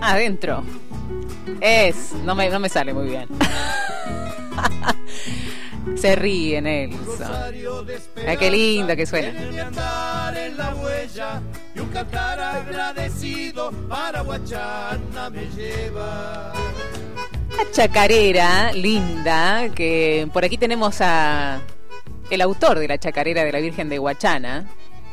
Adentro. No me sale muy bien. Se ríe Nelson. Ay, qué linda que suena. La chacarera linda, que por aquí tenemos a el autor de la chacarera de la Virgen de Huachana,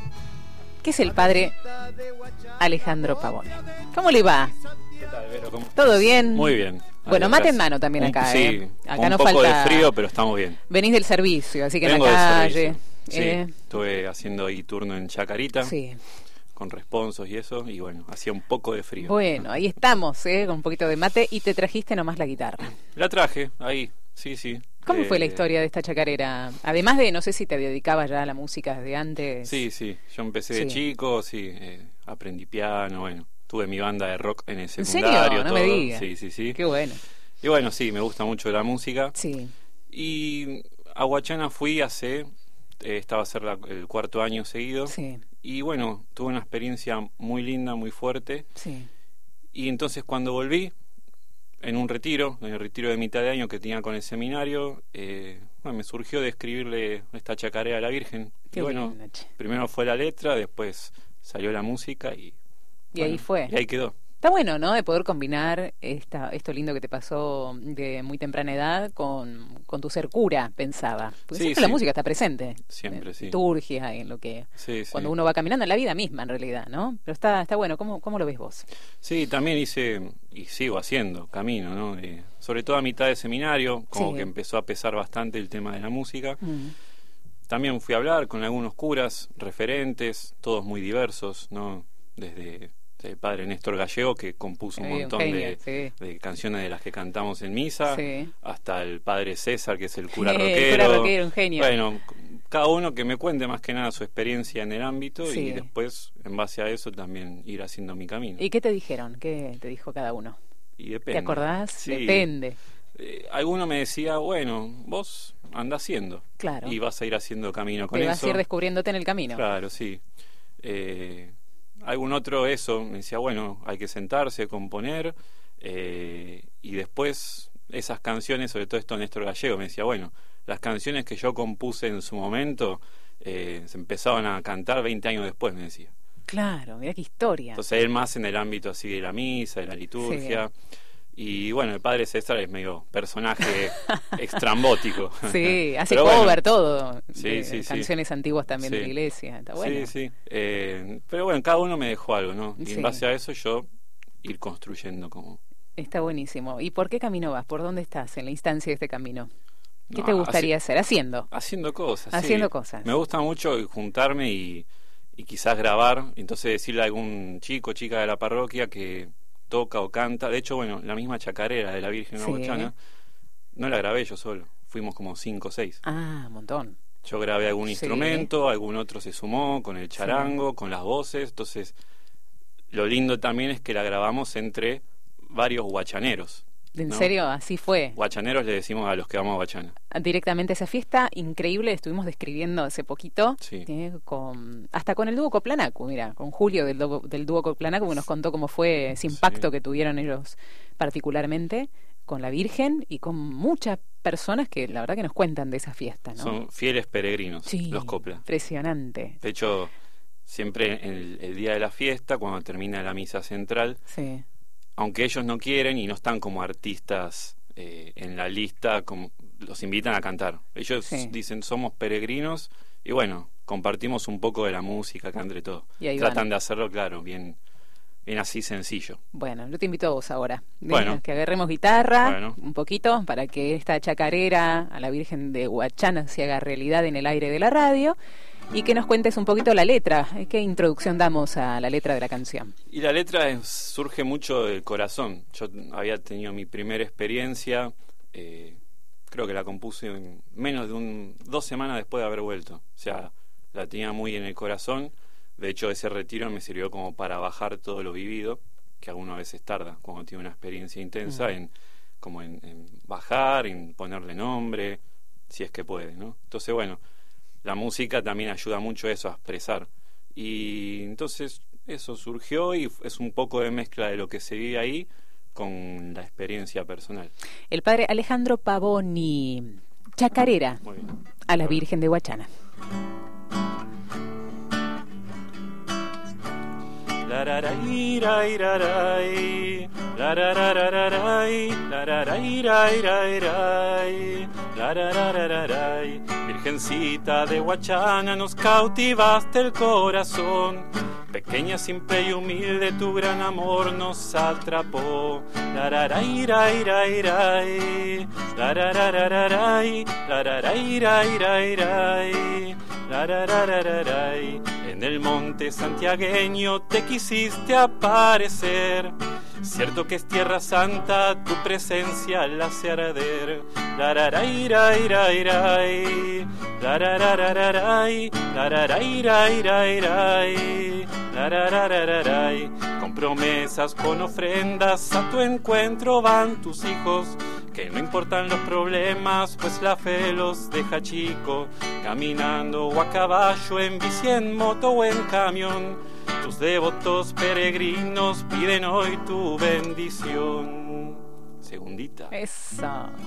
que es el padre Alejandro Pavone. ¿Cómo le va? ¿Qué tal, Vero? ¿Cómo? ¿Todo bien? Muy bien. Bueno, mate en mano también acá, sí, acá un no poco falta... de frío, pero estamos bien. Venís del servicio, así que Vengo en la del calle. servicio. Sí, estuve haciendo ahí turno en Chacarita, Sí. con responsos y eso, y bueno, hacía un poco de frío. Bueno, ahí estamos, con un poquito de mate, y te trajiste nomás la guitarra. La traje, ahí, sí. ¿Cómo fue la historia de esta chacarera? Además de, no sé si te dedicabas ya a la música desde antes. Sí, yo empecé de chico, aprendí piano, bueno, tuve mi banda de rock en el secundario. ¿En serio? No todo. me digas. Sí. Qué bueno. Y bueno, sí, me gusta mucho la música. Sí. Y a Huachana fui esta va a ser el cuarto año seguido. Sí. Y bueno, tuve una experiencia muy linda, muy fuerte. Sí. Y entonces cuando volví, en el retiro de mitad de año que tenía con el seminario, me surgió de escribirle esta chacarera a la Virgen. Qué y bueno, linda, che. primero fue la letra, después salió la música y ahí fue. Y ahí quedó. Está bueno, ¿no? De poder combinar esto lindo que te pasó de muy temprana edad con tu ser cura, pensaba. Porque siempre la música está presente. Siempre, en sí. Liturgia, en lo que... Sí. Cuando uno va caminando en la vida misma, en realidad, ¿no? Pero está bueno. ¿Cómo lo ves vos? Sí, también hice, y sigo haciendo, camino, ¿no? Sobre todo a mitad de seminario, como que empezó a pesar bastante el tema de la música. También fui a hablar con algunos curas, referentes, todos muy diversos, ¿no? Desde el padre Néstor Gallego, que compuso un montón de canciones de las que cantamos en misa, hasta el padre César, que es el cura rockero. El cura rockero, un genio. Bueno, cada uno que me cuente más que nada su experiencia en el ámbito y después, en base a eso, también ir haciendo mi camino. ¿Y qué te dijeron? ¿Qué te dijo cada uno? Y depende. ¿Te acordás? Sí. Depende. Alguno me decía, bueno, vos andá haciendo. Claro. Y vas a ir haciendo camino con eso. Te vas a ir descubriéndote en el camino. Claro, sí. Algún otro me decía, bueno, hay que sentarse, componer, y después esas canciones, sobre todo esto Néstor Gallego, me decía, bueno, las canciones que yo compuse en su momento se empezaban a cantar 20 años después, me decía. Claro, mira qué historia. Entonces él más en el ámbito así de la misa, de la liturgia. Y bueno, el padre César es medio personaje extrambótico. Sí, hace pero cover bueno, todo. Sí, canciones antiguas también de la iglesia. Está bueno. Sí. Pero bueno, cada uno me dejó algo, ¿no? Y en base a eso yo ir construyendo como... Está buenísimo. ¿Y por qué camino vas? ¿Por dónde estás en la instancia de este camino? ¿Qué te gustaría hacer? Haciendo cosas. Haciendo cosas. Me gusta mucho juntarme y quizás grabar, entonces decirle a algún chico, chica de la parroquia que toca o canta. De hecho, bueno, la misma chacarera de la Virgen de Huachana no la grabé yo solo, fuimos como 5 o 6. Ah, un montón. Yo grabé algún instrumento, algún otro se sumó con el charango, con las voces. Entonces, lo lindo también es que la grabamos entre varios huachaneros. ¿En serio? Así fue. Huachaneros le decimos a los que vamos a Huachana. Directamente esa fiesta increíble, estuvimos describiendo hace poquito, hasta con el dúo Coplanacu, mira, con Julio del dúo Coplanacu, que nos contó cómo fue ese impacto que tuvieron ellos particularmente con la Virgen y con muchas personas que la verdad que nos cuentan de esa fiesta, ¿no? Son fieles peregrinos, los Copla. Impresionante. De hecho, siempre el día de la fiesta, cuando termina la misa central, aunque ellos no quieren y no están como artistas en la lista, los invitan a cantar. Ellos dicen, somos peregrinos y bueno, compartimos un poco de la música acá entre todos. Tratan de hacerlo, claro, bien así sencillo. Bueno, yo te invito a vos ahora. Que agarremos guitarra un poquito para que esta chacarera a la Virgen de Huachana se haga realidad en el aire de la radio. Y que nos cuentes un poquito la letra. ¿Qué introducción damos a la letra de la canción? Y la letra surge mucho del corazón. Yo había tenido mi primera experiencia, creo que la compuse en menos de 2 semanas después de haber vuelto. O sea, la tenía muy en el corazón. De hecho, ese retiro me sirvió como para bajar todo lo vivido, que algunas veces tarda cuando tiene una experiencia intensa, en bajar, en ponerle nombre, si es que puede, ¿no? Entonces, bueno, la música también ayuda mucho a eso, a expresar. Y entonces eso surgió y es un poco de mezcla de lo que se vive ahí con la experiencia personal. El padre Alejandro Pavoni, Chacarera, a la Virgen de Huachana. Virgencita de Huachana, nos cautivaste el corazón. Pequeña, simple y humilde, tu gran amor nos atrapó. En el monte santiagueño te quisiste aparecer. Cierto que es tierra santa, tu presencia la hace arder. Con promesas, con ofrendas, a tu encuentro van tus hijos. Que no importan los problemas, pues la fe los deja chico. Caminando o a caballo, en bici, en moto o en camión, tus devotos peregrinos piden hoy tu bendición. Segundita. Eso.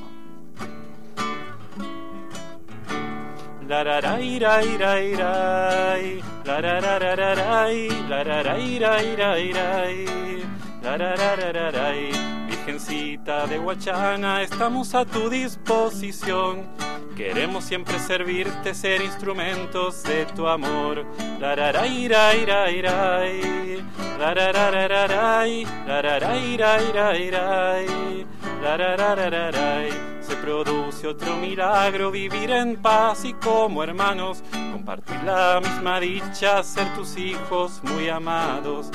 Virgencita de Huachana, estamos a tu disposición. Queremos siempre servirte, ser instrumentos de tu amor. Se produce otro milagro, vivir en paz y como hermanos, compartir la misma dicha, ser tus hijos muy amados.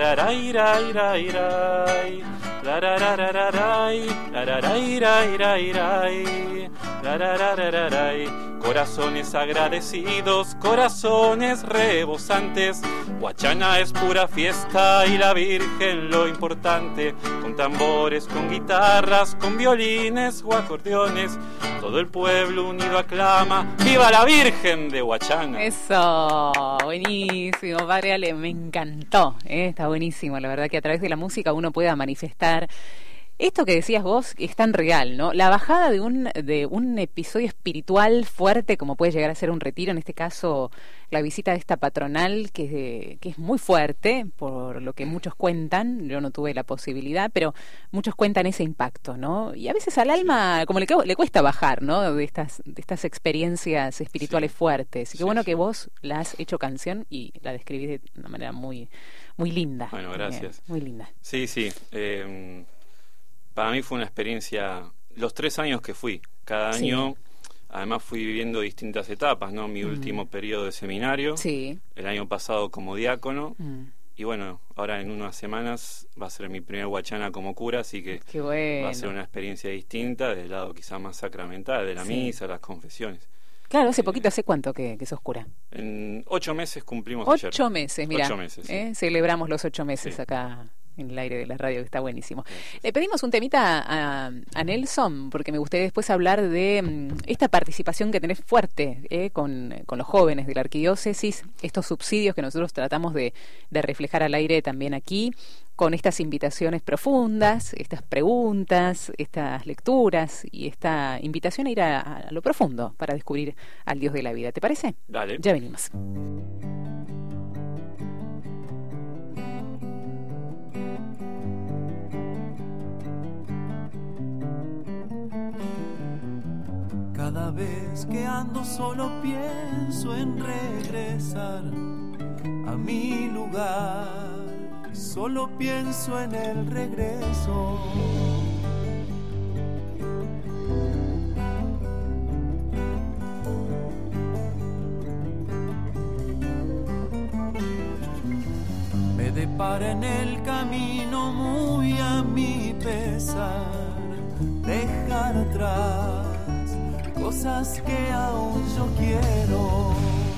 Corazones agradecidos, corazones rebosantes. Huachana es pura fiesta y la Virgen lo importante. Con tambores, con guitarras, con violines o acordeones, todo el pueblo unido aclama: ¡viva la Virgen de Huachana! Eso, buenísimo, padre Ale, me encantó, está buenísimo, la verdad que a través de la música uno pueda manifestar esto que decías vos, es tan real, ¿no? La bajada de un episodio espiritual fuerte, como puede llegar a ser un retiro, en este caso la visita de esta patronal, que es muy fuerte, por lo que muchos cuentan. Yo no tuve la posibilidad, pero muchos cuentan ese impacto, ¿no? Y a veces al alma como le cuesta bajar, ¿no? De estas experiencias espirituales fuertes. Y qué bueno que vos la has hecho canción y la describís de una manera muy, muy linda. Bueno, gracias. Muy linda. Sí. Para mí fue una experiencia, los 3 años que fui, cada año, además fui viviendo distintas etapas, ¿no? Mi último periodo de seminario, el año pasado como diácono, y bueno, ahora en unas semanas va a ser mi primer Huachana como cura, así que va a ser una experiencia distinta, del lado quizá más sacramental, de la misa, las confesiones. Claro, hace poquito, ¿hace cuánto que sos cura? En 8 meses cumplimos 8 meses, mira. 8 meses, celebramos los 8 meses acá en el aire de la radio, que está buenísimo. Le pedimos un temita a Nelson, porque me gustaría después hablar de esta participación que tenés fuerte con los jóvenes de la arquidiócesis, estos subsidios que nosotros tratamos de reflejar al aire también aquí, con estas invitaciones profundas, estas preguntas, estas lecturas y esta invitación a ir a lo profundo para descubrir al Dios de la vida. ¿Te parece? Dale. Ya venimos. Cada vez que ando solo pienso en regresar a mi lugar, solo pienso en el regreso. Me depara en el camino muy a mi pesar dejar atrás cosas que aún yo quiero.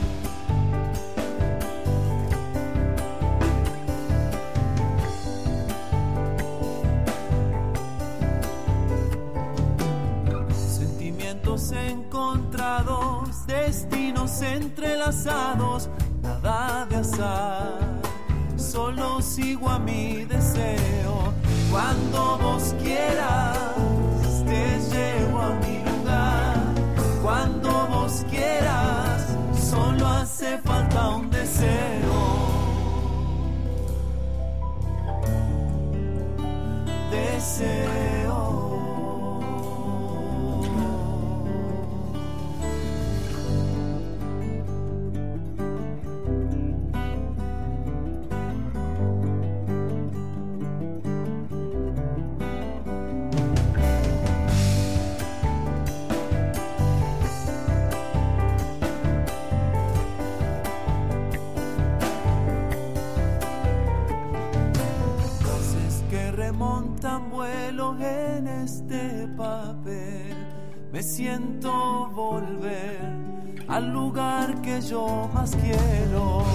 Sentimientos encontrados, destinos entrelazados, nada de azar, solo sigo a mi deseo. Cuando vos quieras, te llevo a mi lugar. Cuando vos quieras, solo hace falta un deseo. Deseo. Remontan vuelos en este papel. Me siento volver al lugar que yo más quiero.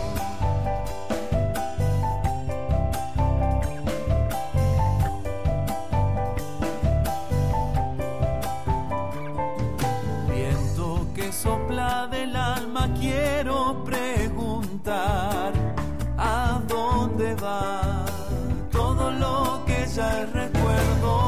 Viento que sopla del alma, quiero preguntar ¿a dónde va? Todo lo que ya recuerdo.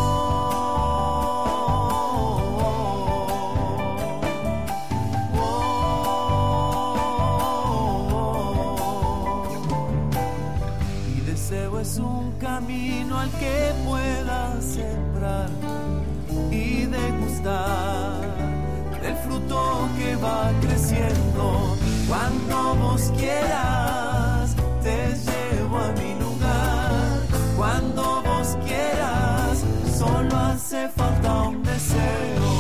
Mi deseo es un camino al que pueda sembrar y degustar del fruto que va creciendo. Cuando vos quieras, te llevo a mi lugar. Cuando vos quieras, solo hace falta un deseo.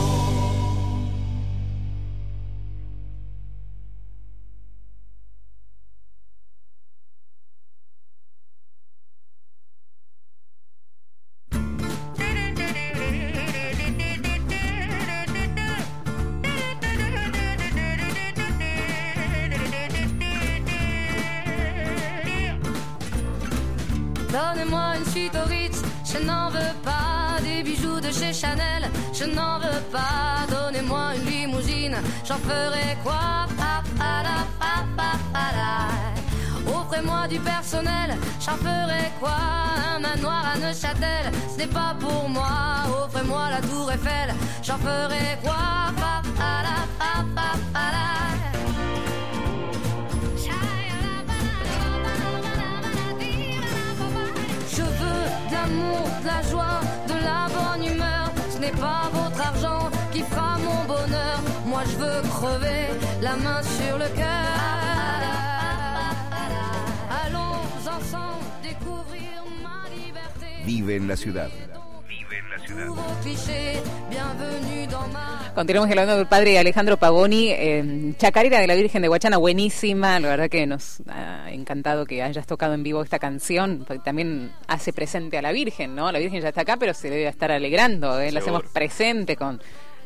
Donnez-moi une suite au Ritz, je n'en veux pas. Des bijoux de chez Chanel, je n'en veux pas. Donnez-moi une limousine, j'en ferai quoi? Offrez-moi du personnel, j'en ferai quoi? Un manoir à Neuchâtel, ce n'est pas pour moi. Offrez-moi la tour Eiffel, j'en ferai quoi? De la joie, de la bonne humeur. Ce n'est pas votre argent qui fera mon bonheur. Moi je veux crever la main sur le cœur. Allons ensemble découvrir ma liberté. Vive en la ciudad. Continuamos hablando del padre Alejandro Pagoni, Chacarera de la Virgen de Guachana, buenísima, la verdad que nos ha encantado que hayas tocado en vivo esta canción, porque también hace presente a la Virgen, ¿no? La Virgen ya está acá, pero se debe estar alegrando, la hacemos presente con